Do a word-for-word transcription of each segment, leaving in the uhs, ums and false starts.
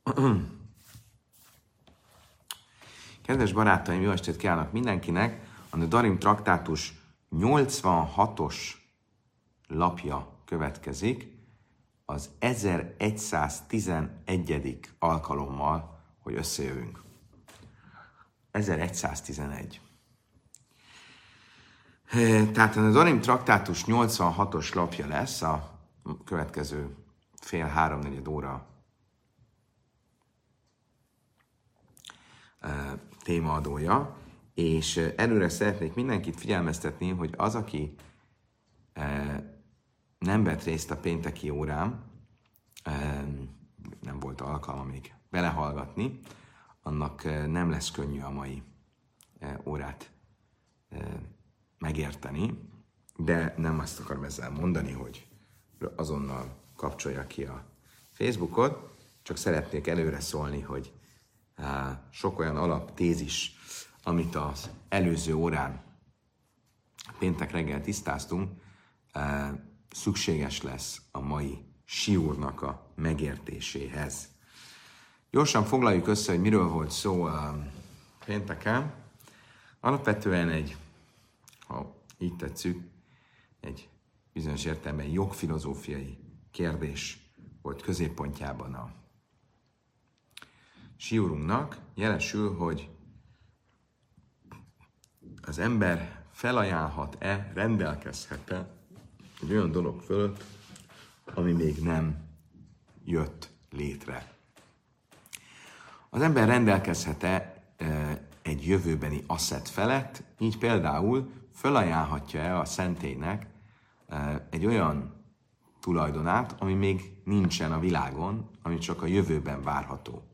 Kedves barátaim, jó estét kívánok mindenkinek! A Nedarim traktátus nyolcvanhatos lapja következik az ezeregyszáztizenegyedik alkalommal, hogy összejövünk. ezeregyszáztizenegy. Tehát a Nedarim traktátus nyolcvanhatos lapja lesz a következő fél háromnegyed óra témaadója, és előre szeretnék mindenkit figyelmeztetni, hogy az, aki nem vett részt a pénteki órán, nem volt alkalma még belehallgatni, annak nem lesz könnyű a mai órát megérteni, de nem azt akarom ezzel mondani, hogy azonnal kapcsolja ki a Facebookot, csak szeretnék előre szólni, hogy sok olyan alaptézis, amit az előző órán péntek reggel tisztáztunk, szükséges lesz a mai siúrnak a megértéséhez. Gyorsan foglaljuk össze, hogy miről volt szó a pénteken. Alapvetően egy, ha így tetszük, egy bizonyos értelemben jogfilozófiai kérdés volt középpontjában a siúrunknak. Jelesül, hogy az ember felajánlhat-e, rendelkezhet-e egy olyan dolog fölött, ami még nem jött létre. Az ember rendelkezhet-e egy jövőbeni asszett felett, így például felajánlhatja-e a szentélynek egy olyan tulajdonát, ami még nincsen a világon, ami csak a jövőben várható.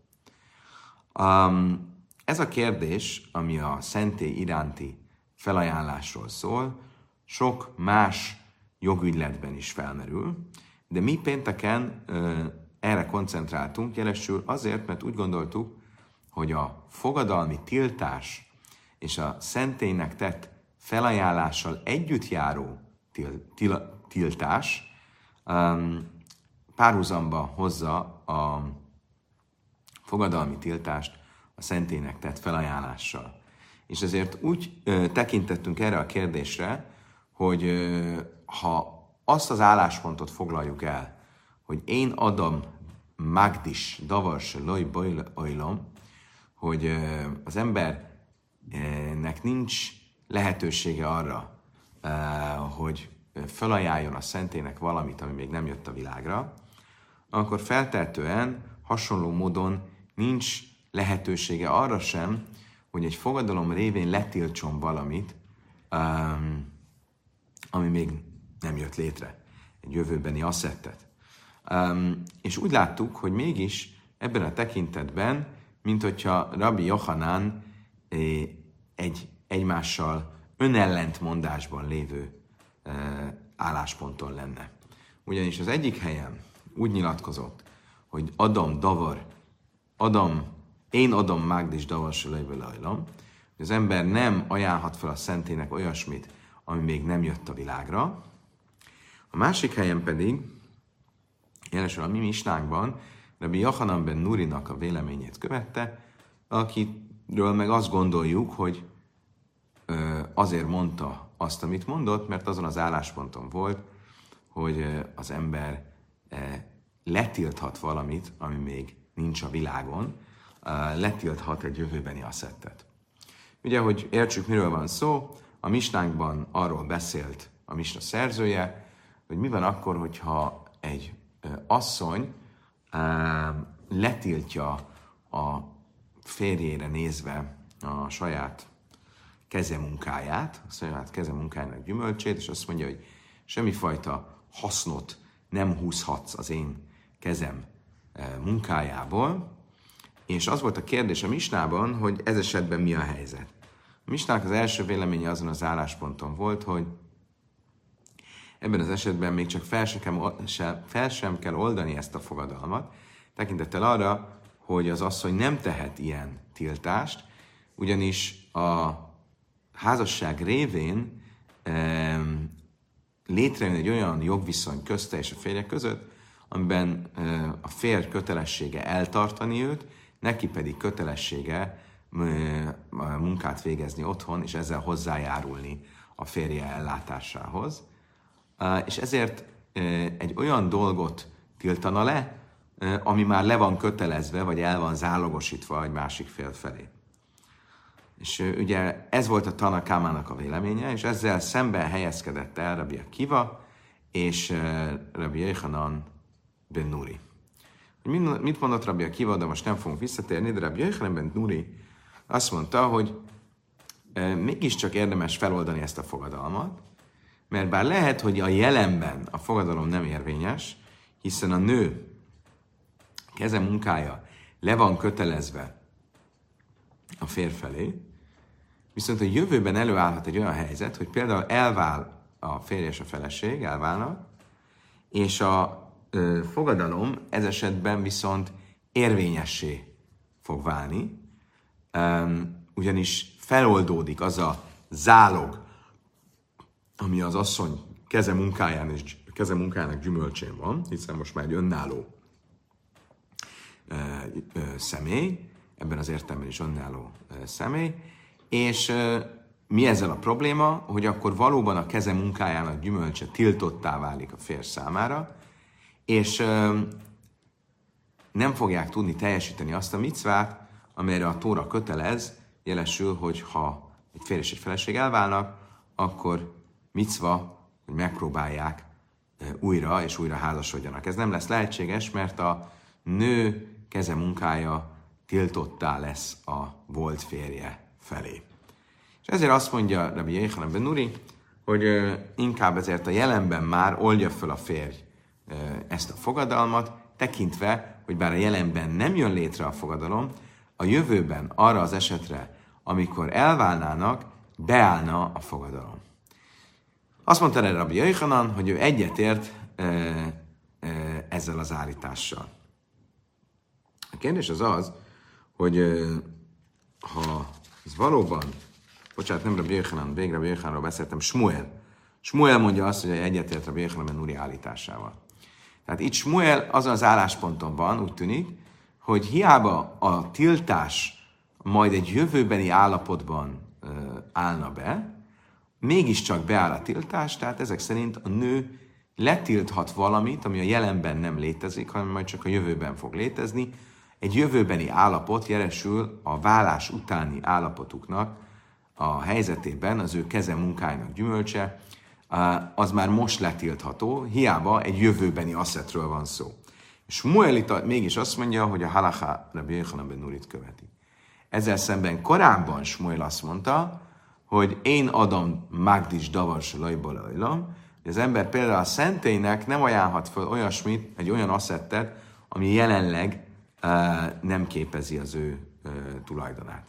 Um, ez a kérdés, ami a szentély iránti felajánlásról szól, sok más jogügyletben is felmerül, de mi pénteken uh, erre koncentráltunk, jelesül azért, mert úgy gondoltuk, hogy a fogadalmi tiltás és a szentélynek tett felajánlással együtt járó til- til- tiltás um, párhuzamba hozza a fogadalmi tiltást a szentélynek tett felajánlással. És ezért úgy ö, tekintettünk erre a kérdésre, hogy ö, ha azt az álláspontot foglaljuk el, hogy én adom magdis davars loj bojlom, hogy ö, az embernek nincs lehetősége arra, ö, hogy felajánljon a szentélynek valamit, ami még nem jött a világra, akkor feltehetően hasonló módon nincs lehetősége arra sem, hogy egy fogadalom révén letiltson valamit, um, ami még nem jött létre, egy jövőbeni asszettet. Um, és úgy láttuk, hogy mégis ebben a tekintetben, mint hogyha Rabbi Yochanan eh, egy egymással önellentmondásban lévő eh, állásponton lenne. Ugyanis az egyik helyen úgy nyilatkozott, hogy Adam davar, Adam, én adom mágdis davasolajból ajlom, hogy az ember nem ajánlhat fel a szentélynek olyasmit, ami még nem jött a világra. A másik helyen pedig, jelesül a mi misnánkban, Rabbi Yochanan ben Nurinak a véleményét követte, akiről meg azt gondoljuk, hogy ö, azért mondta azt, amit mondott, mert azon az állásponton volt, hogy ö, az ember ö, letilthat valamit, ami még nincs a világon, letilthat egy jövőbeni asszettet. Ugye, hogy értsük, miről van szó, a misnánkban arról beszélt a misna szerzője, hogy mi van akkor, hogyha egy asszony letiltja a férjére nézve a saját kezemunkáját, a saját kezemunkájának gyümölcsét, és azt mondja, hogy semmifajta hasznot nem húzhatsz az én kezem munkájából, és az volt a kérdés a misnában, hogy ez esetben mi a helyzet. A misnának az első véleménye azon az állásponton volt, hogy ebben az esetben még csak fel sem, fel sem kell oldani ezt a fogadalmat, tekintettel arra, hogy az asszony nem tehet ilyen tiltást, ugyanis a házasság révén e, létrejön egy olyan jogviszony közte és a férje között, amiben a férj kötelessége eltartani őt, neki pedig kötelessége munkát végezni otthon, és ezzel hozzájárulni a férje ellátásához. És ezért egy olyan dolgot tiltana le, ami már le van kötelezve, vagy el van zálogosítva egy másik fél felé. És ugye ez volt a Tana Kámának a véleménye, és ezzel szemben helyezkedett el Rabbi Akiva és Rabbi Yochanan ben Nuri. Mit mondott Rabbi Akiva, de most nem fogunk visszatérni, de Rabbi Yochanan ben Nuri azt mondta, hogy mégiscsak érdemes feloldani ezt a fogadalmat, mert bár lehet, hogy a jelenben a fogadalom nem érvényes, hiszen a nő keze munkája le van kötelezve a férj felé, viszont a jövőben előállhat egy olyan helyzet, hogy például elvál a férj és a feleség, elválnak, és a ö, fogadalom ez esetben viszont érvényessé fog válni, um, ugyanis feloldódik az a zálog, ami az asszony keze munkáján és keze munkájának gyümölcsén van, hiszen most már egy önálló ö, ö, személy, ebben az értelemben is önálló ö, személy, és ö, mi ezzel a probléma, hogy akkor valóban a keze munkájának gyümölcse tiltottá válik a férj számára, és ö, nem fogják tudni teljesíteni azt a micvát, amelyre a Tóra kötelez, jelesül, hogy ha egy férj és egy feleség elválnak, akkor micva, hogy megpróbálják újra és újra házasodjanak. Ez nem lesz lehetséges, mert a nő keze munkája tiltottá lesz a volt férje felé. És ezért azt mondja Rabbi Yochanan ben Nuri, hogy inkább ezért a jelenben már oldja föl a férj ezt a fogadalmat, tekintve, hogy bár a jelenben nem jön létre a fogadalom, a jövőben arra az esetre, amikor elválnának, beállna a fogadalom. Azt mondta erre Rabbi Yochanan, hogy ő egyetért e, e, ezzel az állítással. A kérdés az az, hogy e, ha ez valóban, bocsánat, nem Rabbi Yochanan, végre Rabbi Yochananról beszéltem, Smuel. Smuel mondja azt, hogy egyetért Rabbi Yochanan ben Nuri állításával. Tehát itt Smuel azon az állásponton van, úgy tűnik, hogy hiába a tiltás majd egy jövőbeni állapotban e, állna be, mégiscsak beáll a tiltás, tehát ezek szerint a nő letilthat valamit, ami a jelenben nem létezik, hanem majd csak a jövőben fog létezni. Egy jövőbeni állapot jelesül a válás utáni állapotuknak a helyzetében, az ő keze munkájának gyümölcse, az már most letiltható, hiába egy jövőbeni asszetről van szó. És Muelita mégis azt mondja, hogy a halacha Rabbi Yochanan ben Nurit követi. Ezzel szemben korábban Smuel azt mondta, hogy én adom magdis davas lajból ajlam, hogy az ember például a szentélynek nem ajánlhat fel olyasmit, egy olyan asszettet, ami jelenleg uh, nem képezi az ő uh, tulajdonát.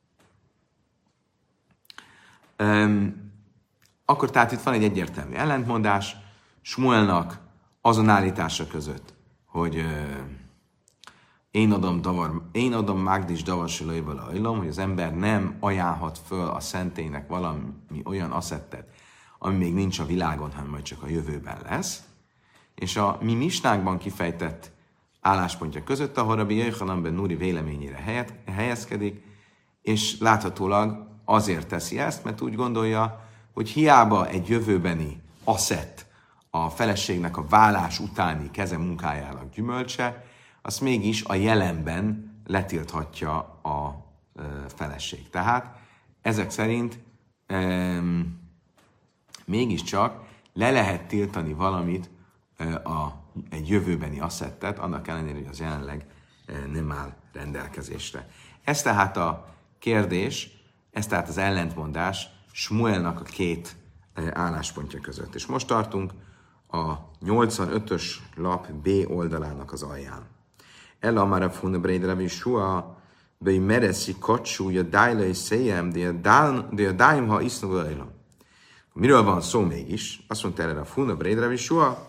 Um, akkor tehát itt van egy egyértelmű ellentmondás Smuelnak azon állítása között, hogy uh, Én adom, davar, én adom Magdis Davasilaival ajlom, hogy az ember nem ajánlhat föl a szentélynek valami olyan asszettet, ami még nincs a világon, hanem majd csak a jövőben lesz. És a mi misnákban kifejtett álláspontja között, ahol Rabbi Yochanan ben Nuri véleményére helyet, helyezkedik, és láthatólag azért teszi ezt, mert úgy gondolja, hogy hiába egy jövőbeni asszett a feleségnek a válás utáni keze munkájának gyümölcse, azt mégis a jelenben letilthatja a e, feleség. Tehát ezek szerint e, mégiscsak le lehet tiltani valamit e, a, egy jövőbeni asszettet, annak ellenére, hogy az jelenleg e, nem áll rendelkezésre. Ez tehát a kérdés, ez tehát az ellentmondás Smuelnak a két e, álláspontja között. És most tartunk a nyolcvanötös lap B oldalának az alján. El amara funa breid Rabbi Yeshua bei meresi kocsú ja dájla és széjem, de a dáim ha iszna vajlam. Miről van szó mégis? Azt mondta erre a funa breid Rabbi Yeshua,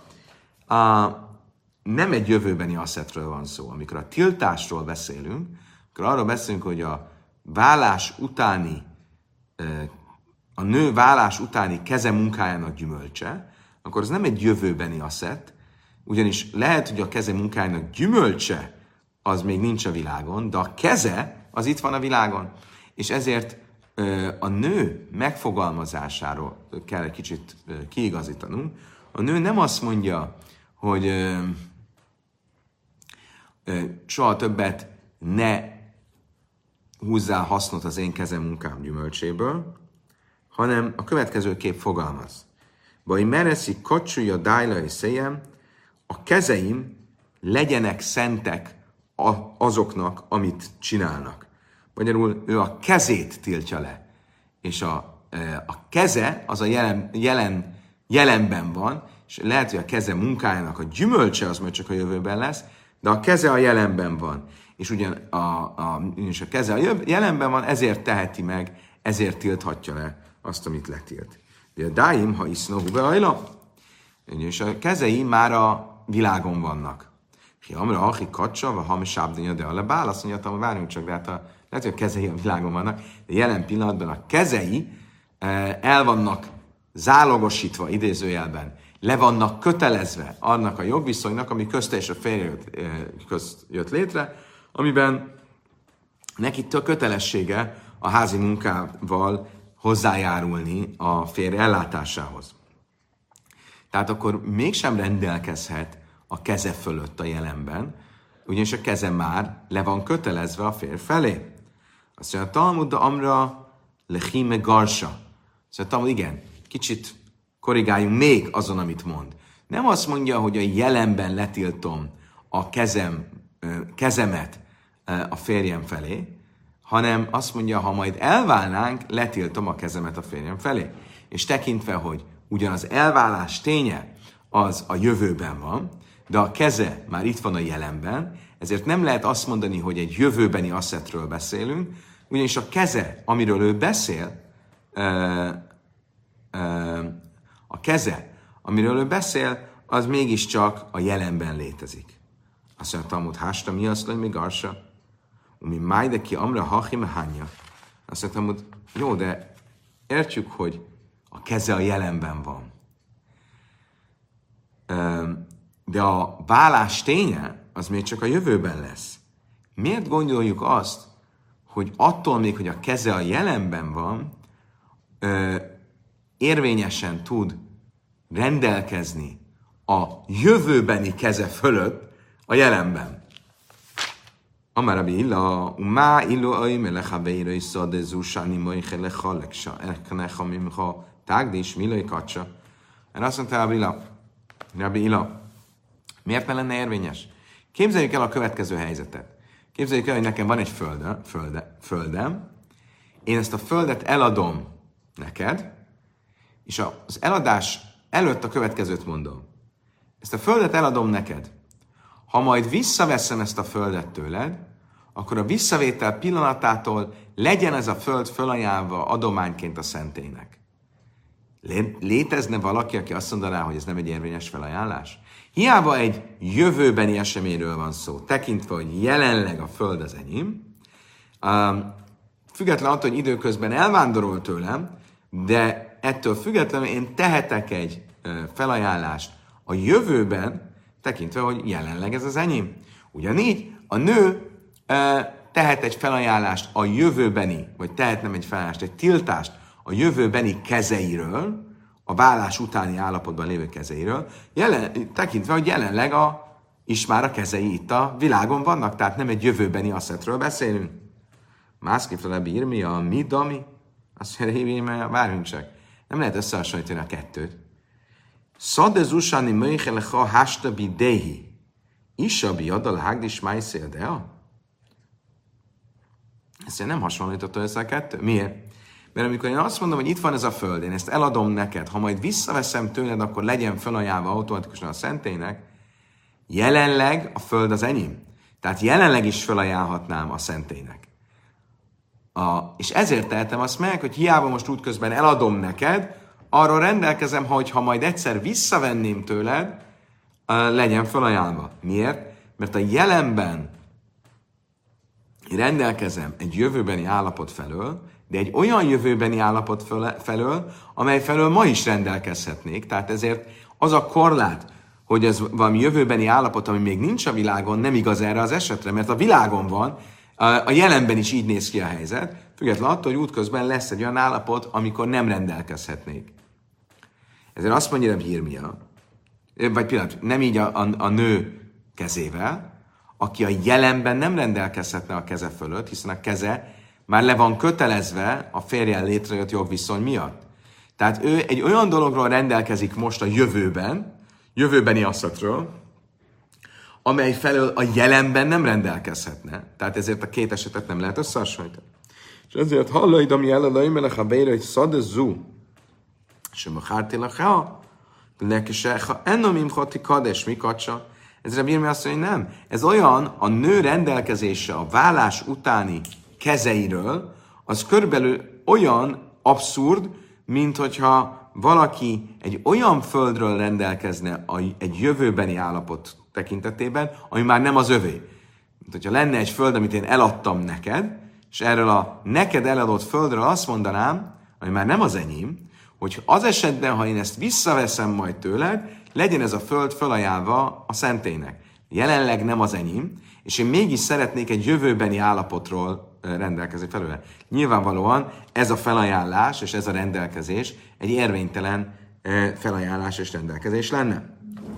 nem egy jövőbeni asszetről van szó. Amikor a tiltásról beszélünk, akkor arról beszélünk, hogy a vállás utáni, a nő vállás utáni keze munkájának gyümölcse, akkor az nem egy jövőbeni asszett, ugyanis lehet, hogy a keze munkájának gyümölcse az még nincs a világon, de a keze az itt van a világon. És ezért a nő megfogalmazásáról kell egy kicsit kiigazítanunk. A nő nem azt mondja, hogy soha többet ne húzzál hasznot az én kezem munkám gyümölcséből, hanem a következő kép fogalmaz. Baj mereszi kacsúja dájla és széjem, a kezeim legyenek szentek azoknak, amit csinálnak. Magyarul ő a kezét tiltja le. És a, a keze az a jelen, jelen, jelenben van, és lehet, hogy a keze munkájának a gyümölcse az majd csak a jövőben lesz, de a keze a jelenben van. És ugyan a, a, és a keze a jelenben van, ezért teheti meg, ezért tilthatja le azt, amit letilt. De a dáim, ha isznohu beajla, és a kezei már a világon vannak. Hi amra, achi kacsa, vagy hamis sábdanya, de a lebál, azt mondja, várjunk csak, de hát a, lehet, hogy a kezei a világon vannak, de jelen pillanatban a kezei el vannak zálogosítva, idézőjelben, le vannak kötelezve annak a jogviszonynak, ami közte és a férje közt jött létre, amiben neki a kötelessége a házi munkával hozzájárulni a férje ellátásához. Tehát akkor mégsem rendelkezhet a keze fölött a jelenben, ugyanis a keze már le van kötelezve a férj felé. Azt mondja, a Talmud de amra lechime garsa. Szóval Talmud, igen, kicsit korrigáljunk még azon, amit mond. Nem azt mondja, hogy a jelenben letiltom a kezem, kezemet a férjem felé, hanem azt mondja, ha majd elválnánk, letiltom a kezemet a férjem felé. És tekintve, hogy ugyan az elválás ténye az a jövőben van, de a keze már itt van a jelenben, ezért nem lehet azt mondani, hogy egy jövőbeni asszetről beszélünk, ugyanis a keze, amiről ő beszél, a keze, amiről ő beszél, az mégiscsak a jelenben létezik. Azt mondja, Talmud, hásta, mi azt mondja, még arsa? Mi májde ki amra hachi mehánya. Azt mondja, Talmud, jó, de értjük, hogy a keze a jelenben van. De a válás ténye, az még csak a jövőben lesz. Miért gondoljuk azt, hogy attól még, hogy a keze a jelenben van, érvényesen tud rendelkezni a jövőbeni keze fölött a jelenben. Amár Rabbi Illa, umá illu aim elechabeira iszade zusani moiche lechaleksa, eknecha mimcha tágdis milai kacsa. Erre azt mondta Rabbi Illa, Rabbi Illa, miért ne lenne érvényes? Képzeljük el a következő helyzetet. Képzeljük el, hogy nekem van egy földe, földe, földem, én ezt a földet eladom neked, és az eladás előtt a következőt mondom. Ezt a földet eladom neked. Ha majd visszaveszem ezt a földet tőled, akkor a visszavétel pillanatától legyen ez a föld fölajánlva adományként a szentélynek. Létezne valaki, aki azt mondaná, hogy ez nem egy érvényes felajánlás? Hiába egy jövőbeni eseményről van szó, tekintve, hogy jelenleg a föld az enyém, független attól, hogy időközben elvándorol tőlem, de ettől függetlenül én tehetek egy felajánlást a jövőben, tekintve, hogy jelenleg ez az enyém. Ugyanígy a nő tehet egy felajánlást a jövőbeni, vagy tehetnem egy felajánlást, egy tiltást a jövőbeni kezeiről, a vállás utáni állapotban lévő kezeiről, jelen, tekintve, hogy jelenleg a, is már a kezei itt a világon vannak, tehát nem egy jövőbeni asszetről beszélünk. Mászkifele bírmi a mi, dami? Azt mondja, várjunk csak. Nem lehet összehasonlítani a kettőt. Szade zusani möjhelecha hásta bidehi. Isabi adal hágdis májszéldea? Ezt nem hasonlította össze a kettő. Miért? Mert amikor én azt mondom, hogy itt van ez a föld, én ezt eladom neked, ha majd visszaveszem tőled, akkor legyen felajánlva automatikusan a szentélynek, jelenleg a föld az enyém. Tehát jelenleg is felajánlhatnám a szentélynek. A, és ezért tehetem azt meg, hogy hiába most útközben eladom neked, arról rendelkezem, hogy ha majd egyszer visszavenném tőled, legyen felajánlva. Miért? Mert a jelenben rendelkezem egy jövőbeni állapot felől, de egy olyan jövőbeni állapot felől, amely felől ma is rendelkezhetnék. Tehát ezért az a korlát, hogy ez valami jövőbeni állapot, ami még nincs a világon, nem igaz erre az esetre, mert a világon van, a jelenben is így néz ki a helyzet, függetlenül attól, hogy útközben lesz egy olyan állapot, amikor nem rendelkezhetnék. Ezért azt mondja Reb Jirmia, vagy pillanat, nem így a, a, a nő kezével, aki a jelenben nem rendelkezhetne a keze fölött, hiszen a keze már le van kötelezve a férjel létrejött jogviszony miatt. Tehát ő egy olyan dologról rendelkezik most a jövőben, jövőbeni asszatról, amely felől a jelenben nem rendelkezhetne. Tehát ezért a két esetet nem lehet összehasonlítani. És ezért hallaid, ami eladaim, melech a beire, hogy szadezú, sem a hártilachá, lekeseha, ennomim hati kades, mi kacsa. Ezre bírni azt mondja, hogy nem. Ez olyan, a nő rendelkezése a vállás utáni kezeiről, az körülbelül olyan abszurd, mint hogyha valaki egy olyan földről rendelkezne egy jövőbeni állapot tekintetében, ami már nem az övé. Mint hogyha lenne egy föld, amit én eladtam neked, és erről a neked eladott földről azt mondanám, ami már nem az enyém, hogy az esetben, ha én ezt visszaveszem majd tőled, legyen ez a föld felajánlva a szentélynek. Jelenleg nem az enyém, és én mégis szeretnék egy jövőbeni állapotról rendelkezni felőle. Nyilvánvalóan ez a felajánlás és ez a rendelkezés egy érvénytelen felajánlás és rendelkezés lenne.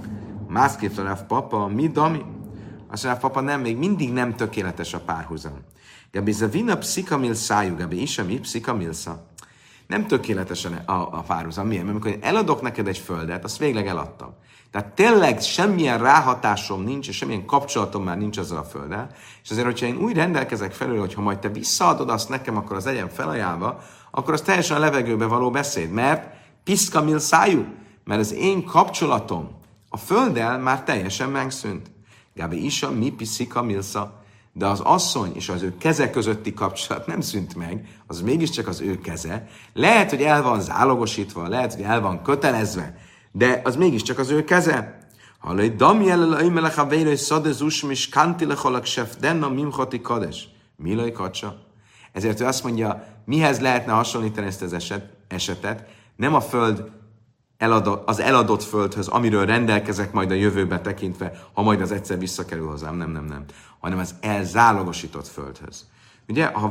Mászképp a papa, mi dami? Azt mondja, papa, nem, még mindig nem tökéletes a párhuzam. Gabi zavina pszikamil szájú, gabi isa mi pszikamilsza. Nem tökéletes a, a párhuzam. Miért? Mert amikor én eladok neked egy földet, azt végleg eladtam. Tehát tényleg semmilyen ráhatásom nincs, és semmilyen kapcsolatom már nincs azzal a földdel. És azért, hogyha én úgy rendelkezek felül, hogy ha majd te visszaadod azt nekem, akkor az legyen felajánlva, akkor az teljesen a levegőbe való beszéd. Mert piszkamil szájú, mert az én kapcsolatom a földdel már teljesen megszűnt. Gábi isa mi piszikamilsza. De az asszony és az ő keze közötti kapcsolat nem szűnt meg, az mégiscsak az ő keze. Lehet, hogy el van zálogosítva, lehet, hogy el van kötelezve, de az mégiscsak az ő keze. Hallaj, dami elele imelech a vére, és szadezus, és kanti lecholak sef, denna mimchoti kades. Milaj kacsa. Ezért ő azt mondja, mihez lehetne hasonlítani ezt az eset, esetet? Nem a föld eladott, az eladott földhöz, amiről rendelkezek majd a jövőbe tekintve, ha majd az egyszer visszakerül hozzám, nem, nem, nem, hanem az elzálogosított földhöz. Ugye, ha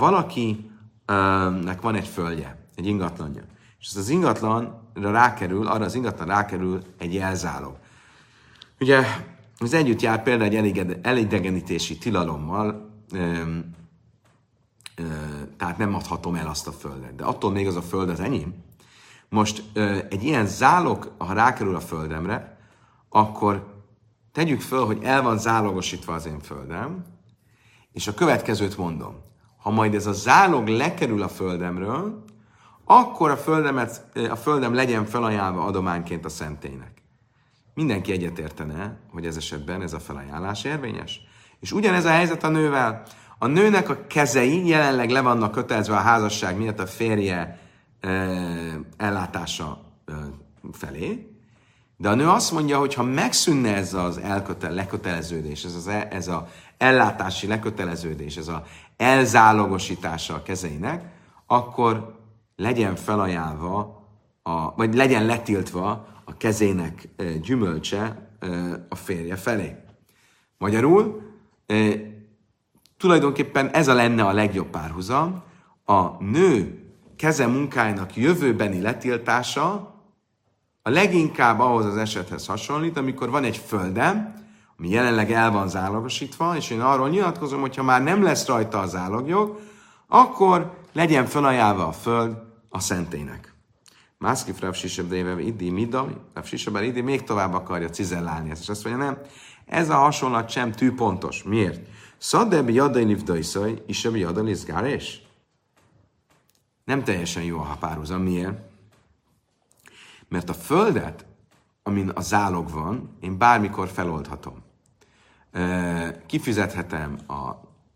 valakinek van egy földje, egy ingatlanja, és az ingatlanra rákerül, arra az ingatlan rákerül egy jelzálog. Ugye, ez együtt jár például egy elidegenítési tilalommal, öm, ö, tehát nem adhatom el azt a földet, de attól még az a föld az enyém. Most egy ilyen zálog, ha rákerül a földemre, akkor tegyük föl, hogy el van zálogosítva az én földem, és a következőt mondom. Ha majd ez a zálog lekerül a földemről, akkor a, földemet, a földem legyen felajánlva adományként a szentélynek. Mindenki egyetértene, hogy ez esetben ez a felajánlás érvényes. És ugyanez a helyzet a nővel. A nőnek a kezei jelenleg le vannak kötelezve a házasság miatt a férje ellátása felé, de a nő azt mondja, hogy ha megszűnne ez az elkötel, leköteleződés, ez az e, ez a ellátási leköteleződés, ez az elzálogosítása a kezeinek, akkor legyen felajánlva, a, vagy legyen letiltva a kezének gyümölcse a férje felé. Magyarul tulajdonképpen ez a lenne a legjobb párhuzam, a nő keze munkájának jövőbeni letiltása a leginkább ahhoz az esethez hasonlít, amikor van egy földem, ami jelenleg el van zálogosítva, és én arról nyilatkozom, hogy ha már nem lesz rajta a zálogjog, akkor legyen felajánlva a föld a szentélynek. Mászkif Rav Siseb Déve Idi Midami, Rav Siseb Idi még tovább akarja cizellálni ezt, és azt mondja, nem, ez a hasonlat sem tűpontos. Miért? Szaddebi jadai livdaiszaj, isebi jadai lizgárés? Nem teljesen jó a párhuzam. Miért? Mert a földet, amin a zálog van, én bármikor feloldhatom. Kifizethetem a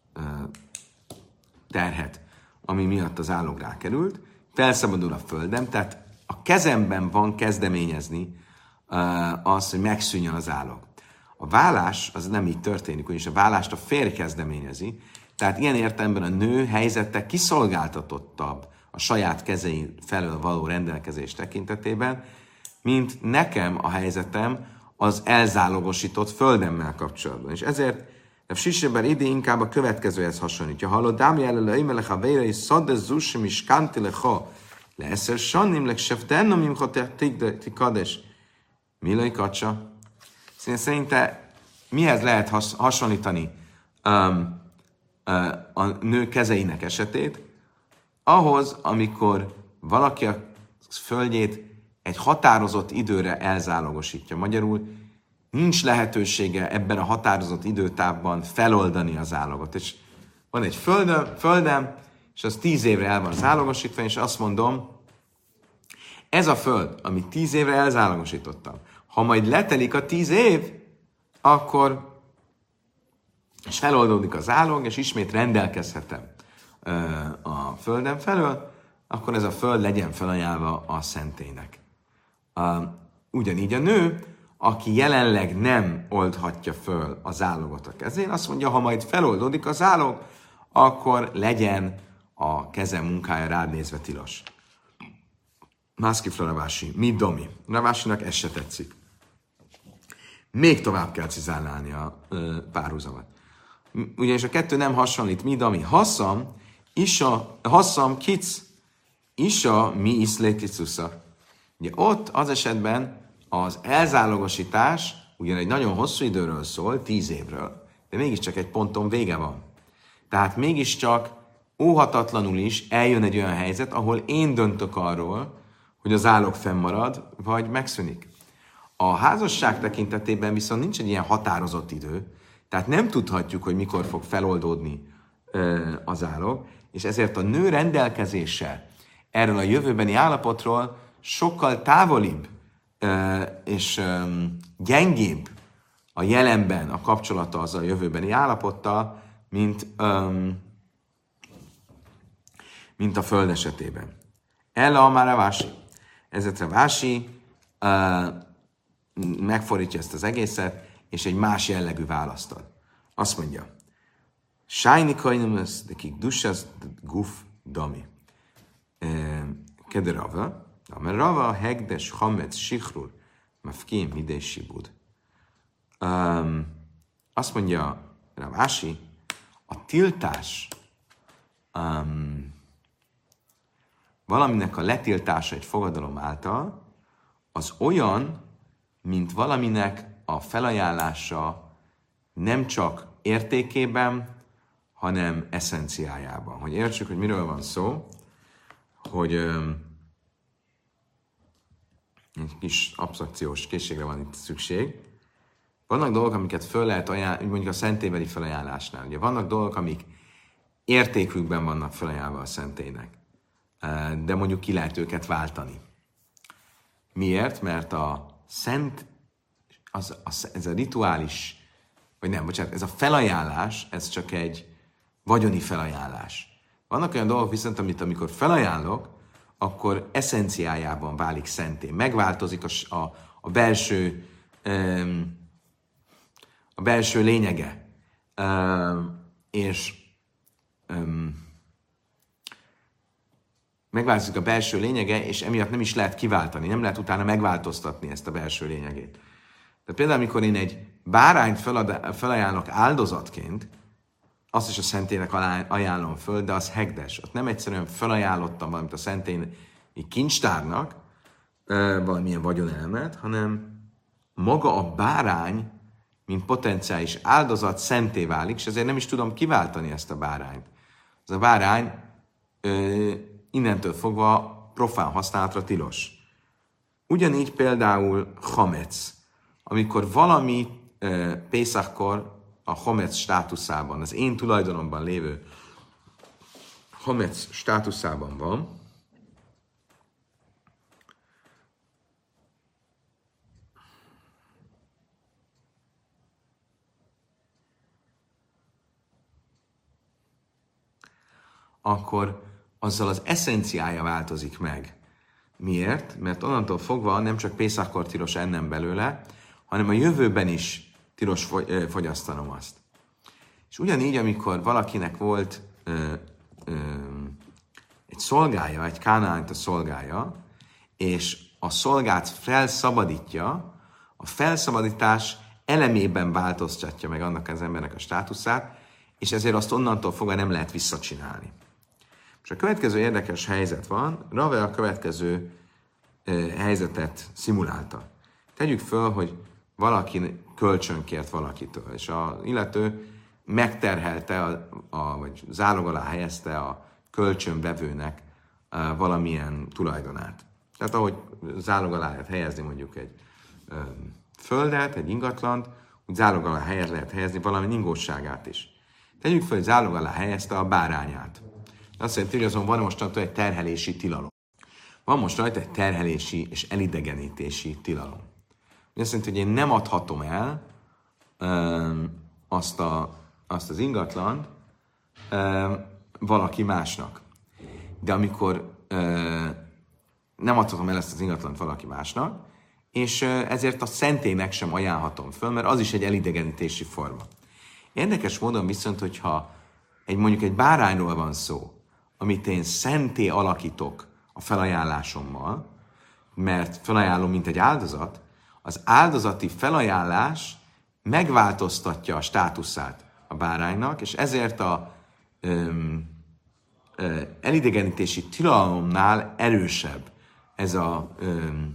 terhet, ami miatt a zálog rákerült, felszabadul a földem, tehát a kezemben van kezdeményezni az, hogy megszűnjön a zálog. A vállás az nem így történik, ugyanis a vállást a férj kezdeményezi, tehát ilyen értelemben a nő helyzete kiszolgáltatottabb a saját kezei felől való rendelkezés tekintetében, mint nekem a helyzetem az elzálogosított földemmel kapcsolatban. És ezért a Sisebber ide inkább a következőhez hasonlítja. Hallod, dámi előle, imelech a vére, és szadde zusim is kanti lecha, le eszer sannim, le sefdennom imcha ti kades. Milai kacsa? Szerinte mihez lehet has, hasonlítani um, uh, a nő kezeinek esetét? Ahhoz, amikor valaki a földjét egy határozott időre elzálogosítja. Magyarul nincs lehetősége ebben a határozott időtávban feloldani a zálogot. És van egy földem, földem, és az tíz évre el van zálogosítva, és azt mondom, ez a föld, amit tíz évre elzálogosítottam, ha majd letelik a tíz év, akkor és feloldódik a zálog, és ismét rendelkezhetem a földem felől, akkor ez a föld legyen felajánlva a szentélynek. Ugyanígy a nő, aki jelenleg nem oldhatja föl a zálogot a kezén, azt mondja, ha majd feloldódik a zálog, akkor legyen a keze munkája rád nézve tilos. Mászkifra Ravási, mi domi? Ravásinak ez se tetszik. Még tovább kell cizálni a ö, párhuzamot. Ugyanis a kettő nem hasonlít, mi domi? Hasszam, isa, hasszam, kic, isa, mi iszléticusza. Ugye ott az esetben az elzálogosítás ugyan egy nagyon hosszú időről szól, tíz évről, de mégiscsak egy ponton vége van. Tehát mégiscsak óhatatlanul is eljön egy olyan helyzet, ahol én döntök arról, hogy az zálog fennmarad, vagy megszűnik. A házasság tekintetében viszont nincs egy ilyen határozott idő, tehát nem tudhatjuk, hogy mikor fog feloldódni ö, a zálog, és ezért a nő rendelkezése erről a jövőbeni állapotról sokkal távolibb ö, és ö, gyengébb a jelenben a kapcsolata az a jövőbeni állapottal, mint, ö, mint a föld esetében. Ella már a vási. Ezért a vási uh, megfordítja ezt az egészet, és egy más jellegű választ ad. Azt mondja, Sájni kajnumus, de kik dusas guf dami. Kede rava, mert rava hegdes hametz sichrur, mafkim midei sibud. Azt mondja Ravási, a tiltás um, valaminek a letiltása egy fogadalom által, az olyan, mint valaminek a felajánlása nem csak értékében, hanem eszenciájában. Hogy értsük, hogy miről van szó, hogy öm, egy kis absztrakciós készségre van itt szükség. Vannak dolgok, amiket föl lehet ajánlani, mondjuk a szentélybeli felajánlásnál. Ugye vannak dolgok, amik értékükben vannak felajánlva a szentélynek, de mondjuk ki lehet őket váltani. Miért? Mert a szent, az, az, ez a rituális, vagy nem, bocsánat, ez a felajánlás, ez csak egy vagyoni felajánlás. Vannak olyan dolgok viszont, amit amikor felajánlok, akkor eszenciájában válik szenté. Megváltozik a, a, a belső um, a belső lényege. Um, és um, megváltozik a belső lényege, és emiatt nem is lehet kiváltani, nem lehet utána megváltoztatni ezt a belső lényegét. De például, amikor én egy bárányt felad, felajánlok áldozatként, azt is a szentélynek ajánlom föl, de az hegdes. Ott nem egyszerűen felajánlottam valamit a szentély kincstárnak, valamilyen vagyonelmet, hanem maga a bárány, mint potenciális áldozat szenté válik, és ezért nem is tudom kiváltani ezt a bárányt. Ez a bárány ö, innentől fogva profán használatra tilos. Ugyanígy például chametz, amikor valami ö, Pészachkor a chametz státuszában, az én tulajdonomban lévő chametz státuszában van, akkor azzal az eszenciája változik meg. Miért? Mert onnantól fogva nem csak Pészachkor tilos ennem belőle, hanem a jövőben is tilos fogyasztanom azt. És ugyanígy, amikor valakinek volt ö, ö, egy szolgája, egy kánaányt a szolgája, és a szolgát felszabadítja, a felszabadítás elemében változtatja meg annak az embernek a státuszát, és ezért azt onnantól fogva nem lehet visszacsinálni. És a következő érdekes helyzet van, Rave a következő uh, helyzetet szimulálta. Tegyük föl, hogy valaki kölcsönkért valakitől, és az illető megterhelte, a, a, vagy zálog alá helyezte a kölcsönvevőnek uh, valamilyen tulajdonát. Tehát ahogy zálog alá lehet helyezni mondjuk egy um, földet, egy ingatlant, úgy zálog alá helyez, lehet helyezni valami ingósságát is. Tegyük fel, hogy zálog alá helyezte a bárányát. Azt jelenti, hogy azon van mostantól egy terhelési tilalom. Van most rajta egy terhelési és elidegenítési tilalom. Azt jelenti, hogy én nem adhatom el um, azt, a, azt az ingatlant um, valaki másnak. De amikor um, nem adhatom el ezt az ingatlant valaki másnak, és uh, ezért a szentélynek sem ajánlhatom föl, mert az is egy elidegenítési forma. Érdekes módon viszont, hogyha egy, mondjuk egy bárányról van szó, amit én szenté alakítok a felajánlásommal, mert felajánlom, mint egy áldozat, az áldozati felajánlás megváltoztatja a státuszát a báránynak, és ezért a öm, ö, elidegenítési tilalomnál erősebb ez a, öm,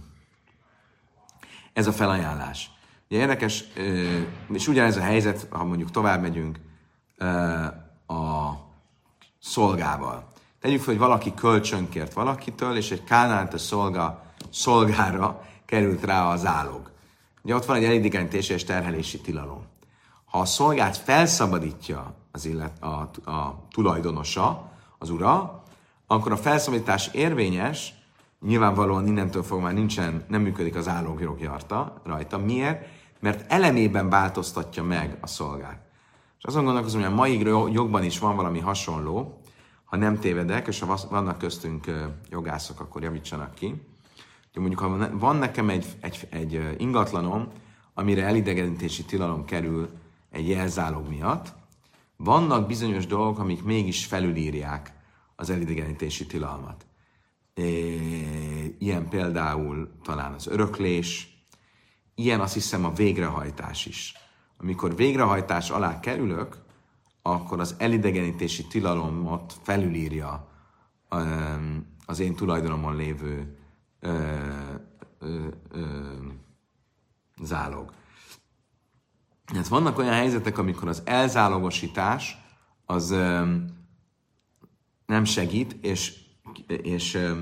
ez a felajánlás. Ugye érdekes, ö, és ugyanez a helyzet, ha mondjuk tovább megyünk ö, a szolgával. Tegyük fel, hogy valaki kölcsönkért valakitől, és egy kánánt szolga szolgára került rá a zálog. Ugye ott van egy elidegenítési és terhelési tilalom. Ha a szolgát felszabadítja az illet, a, a tulajdonosa, az ura, akkor a felszabadítás érvényes, nyilvánvalóan innentől fogva már nincsen, nem működik az zálogjog rajta. Miért? Mert elemében változtatja meg a szolgát. És azon gondolkozom, hogy a mai jogban is van valami hasonló, ha nem tévedek, és ha vannak köztünk jogászok, akkor javítsanak ki. Mondjuk, ha van nekem egy, egy, egy ingatlanom, amire elidegenítési tilalom kerül egy jelzálog miatt, vannak bizonyos dolgok, amik mégis felülírják az elidegenítési tilalmat. Ilyen például talán az öröklés, ilyen azt hiszem a végrehajtás is. Amikor végrehajtás alá kerülök, akkor az elidegenítési tilalomot felülírja az én tulajdonomon lévő Ö, ö, ö, zálog. Hát vannak olyan helyzetek, amikor az elzálogosítás az ö, nem segít, és, és, ö,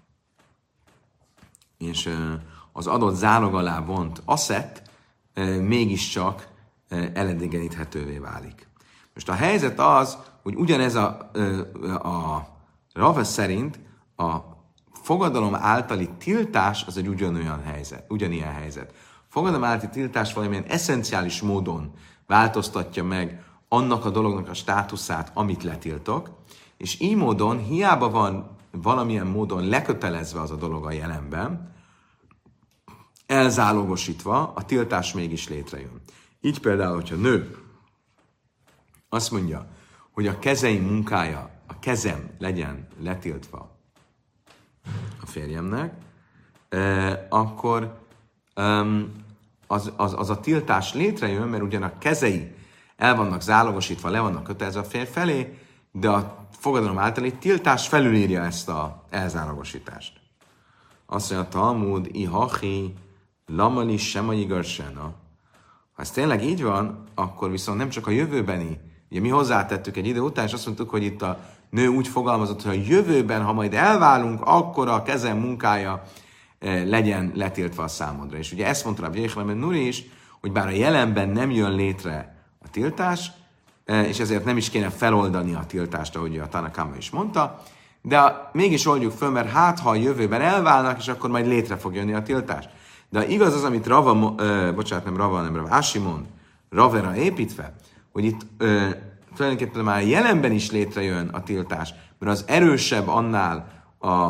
és ö, az adott zálog alá vont asszett ö, mégiscsak ö, elidegeníthetővé válik. Most a helyzet az, hogy ugyanez a, ö, a Rave szerint a fogadalom általi tiltás az egy ugyanolyan helyzet, ugyanilyen helyzet. Fogadalom általi tiltás valamilyen eszenciális módon változtatja meg annak a dolognak a státuszát, amit letiltok, és így módon hiába van valamilyen módon lekötelezve az a dolog a jelenben, elzálogosítva, a tiltás mégis létrejön. Így például, hogyha nő azt mondja, hogy a kezeim munkája, a kezem legyen letiltva a férjemnek, eh, akkor um, az, az, az a tiltás létrejön, mert ugyan a kezei el vannak zálogosítva, le vannak kötelezve a férj felé, de a fogadalom általi tiltás felülírja ezt az elzálogosítást. Azt mondja a Talmud, ihachi, lamali, semai garsena. Ha ez tényleg így van, akkor viszont nem csak a jövőbeni, ugye mi hozzátettük egy idő után, és azt mondtuk, hogy itt a nő úgy fogalmazott, hogy a jövőben, ha majd elválunk, akkor a kezem munkája legyen letiltva a számodra. És ugye ezt mondta Rabbi Yochanan ben Nuri is, hogy bár a jelenben nem jön létre a tiltás, és ezért nem is kéne feloldani a tiltást, ahogy a Tanna Kama is mondta, de mégis oldjuk föl, mert hát, ha a jövőben elválnak, és akkor majd létre fog jönni a tiltás. De igaz az, amit Rava, ö, bocsánat, nem Rava, hanem Rava Ásimon, Ravera építve, hogy itt ö, tulajdonképpen már jelenben is létrejön a tiltás, mert az erősebb annál a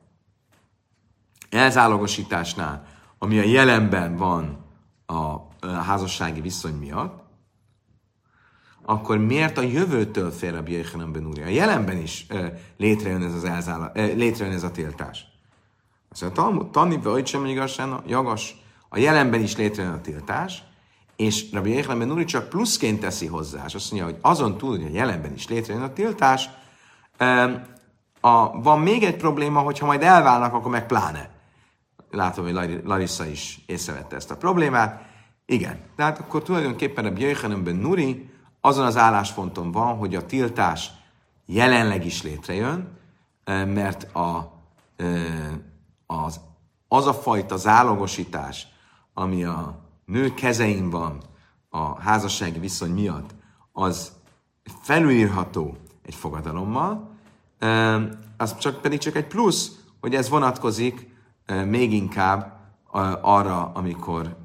elzálogosításnál, ami a jelenben van a házassági viszony miatt, akkor miért a jövőtől fél Rabbi Yochanan ben Nuri? A jelenben is ö, létrejön ez az elzála, ö, létrejön ez a tiltás. Azt mondja, tanítva, hogy sem igazság, jagas, a a jelenben is létrejön a tiltás, és Rabbi Yochanan ben Nuri csak pluszként teszi hozzá, és azt mondja, hogy azon túl, hogy a jelenben is létrejön a tiltás, a, van még egy probléma, hogyha majd elválnak, akkor meg pláne. Látom, hogy Larissa is észrevette ezt a problémát. Igen, tehát akkor tulajdonképpen Rabbi Yochanan ben Nuri azon az állásponton van, hogy a tiltás jelenleg is létrejön, mert a, az, az a fajta zálogosítás, ami a nő kezein van a házassági viszony miatt, az felülírható egy fogadalommal, az csak, pedig csak egy plusz, hogy ez vonatkozik még inkább arra, amikor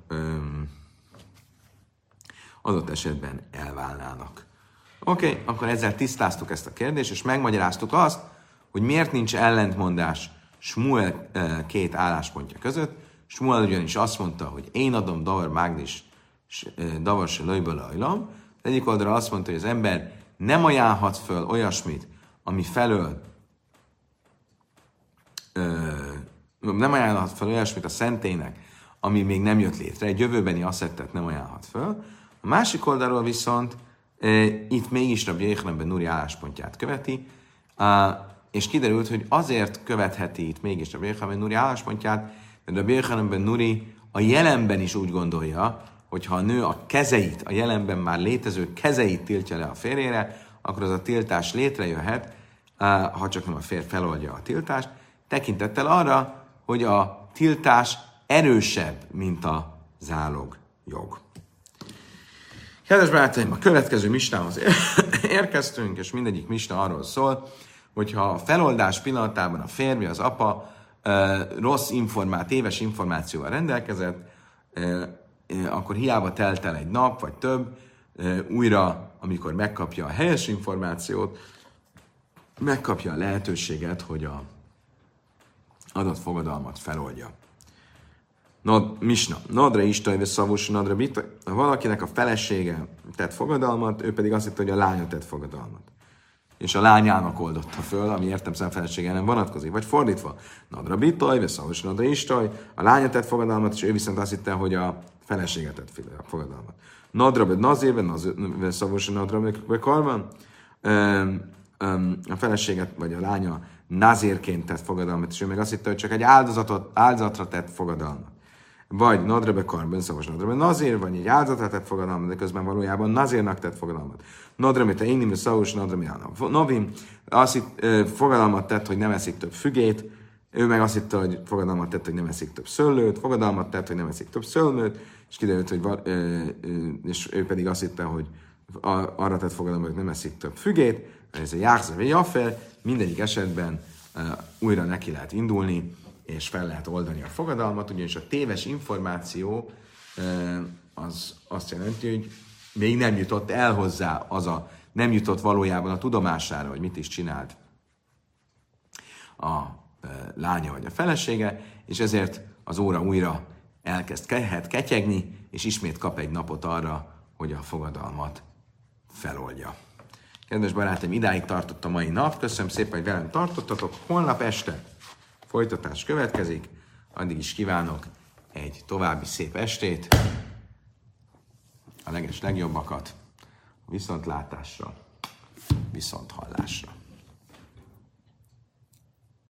adott esetben elválnának. Oké, okay, akkor ezzel tisztáztuk ezt a kérdést, és megmagyaráztuk azt, hogy miért nincs ellentmondás Smuel két álláspontja között. Smuel ugyanis azt mondta, hogy én adom davar mágnis, davar se löjből ajlam. Az egyik oldalra azt mondta, hogy az ember nem ajánlhat föl olyasmit, ami felől ö, nem ajánlhat föl olyasmit a szentélynek, ami még nem jött létre. Egy jövőbeni asszettet nem ajánlhat föl. A másik oldalról viszont e, itt mégis Rabbi Yochanan ben Nuri álláspontját követi, a, és kiderült, hogy azért követheti itt mégis Rabbi Yochanan ben Nuri álláspontját, mert Rabbi Yochanan ben Nuri a jelenben is úgy gondolja, hogy ha a nő a kezeit, a jelenben már létező kezeit tiltja le a férjére, akkor az a tiltás létrejöhet, ha csak nem a férj feloldja a tiltást, tekintettel arra, hogy a tiltás erősebb, mint a zálog jog. Kedves barátaim, a következő misnához érkeztünk, és mindegyik misna arról szól, hogyha a feloldás pillanatában a férfi, az apa rossz informát, téves információval rendelkezett, akkor hiába telt el egy nap, vagy több, újra, amikor megkapja a helyes információt, megkapja a lehetőséget, hogy a adott fogadalmat feloldja. Nod, misna. Nadra istaj ve szavus, nadra bita. Ha valakinek a felesége tett fogadalmat, ő pedig azt hitte, hogy a lánya tett fogadalmat. És a lányának oldotta föl, ami értelemszerűen felesége nem vonatkozik. Vagy fordítva. Nadra bitaj, ve szavus, nadra istaj. A lánya tett fogadalmat, és ő viszont azt hitte, hogy a felesége tett fogadalmat. Nadra be nazir, ve szavus, nadra be karvan. A feleséget, vagy a lánya nazírként tett fogadalmat, és ő meg azt hitte, hogy csak egy áldozatot, áldozatra tett fogadalmat. Vagy nadrebe karben, szavas nadrebe nazír, vagy egy áldozatra tett fogadalmat, de közben valójában nazírnak tett fogadalmat. Nadrebe te énim, szavas nadrebe novim, azt hitt, fogadalmat tett, hogy nem eszik több fügét, ő meg azt hitte, hogy fogadalmat tett, hogy nem eszik több szőlőt, fogadalmat tett, hogy nem eszik több szőlőt, és kiderült, hogy és ő pedig azt hitte, hogy arra tett fogadalmat, hogy nem eszik több fügét, ez a jáhze vagy jaffer, mindegyik esetben uh, újra neki lehet indulni, és fel lehet oldani a fogadalmat, ugyanis a téves információ uh, az azt jelenti, hogy még nem jutott el hozzá, az a, nem jutott valójában a tudomására, hogy mit is csinált a uh, lánya vagy a felesége, és ezért az óra újra elkezd ke- ketyegni, és ismét kap egy napot arra, hogy a fogadalmat feloldja. Kedves barátaim, idáig tartott a mai nap. Köszönöm szépen, hogy velem tartottatok. Holnap este folytatás következik. Addig is kívánok egy további szép estét. A leges legjobbakat. Viszontlátásra, viszonthallásra.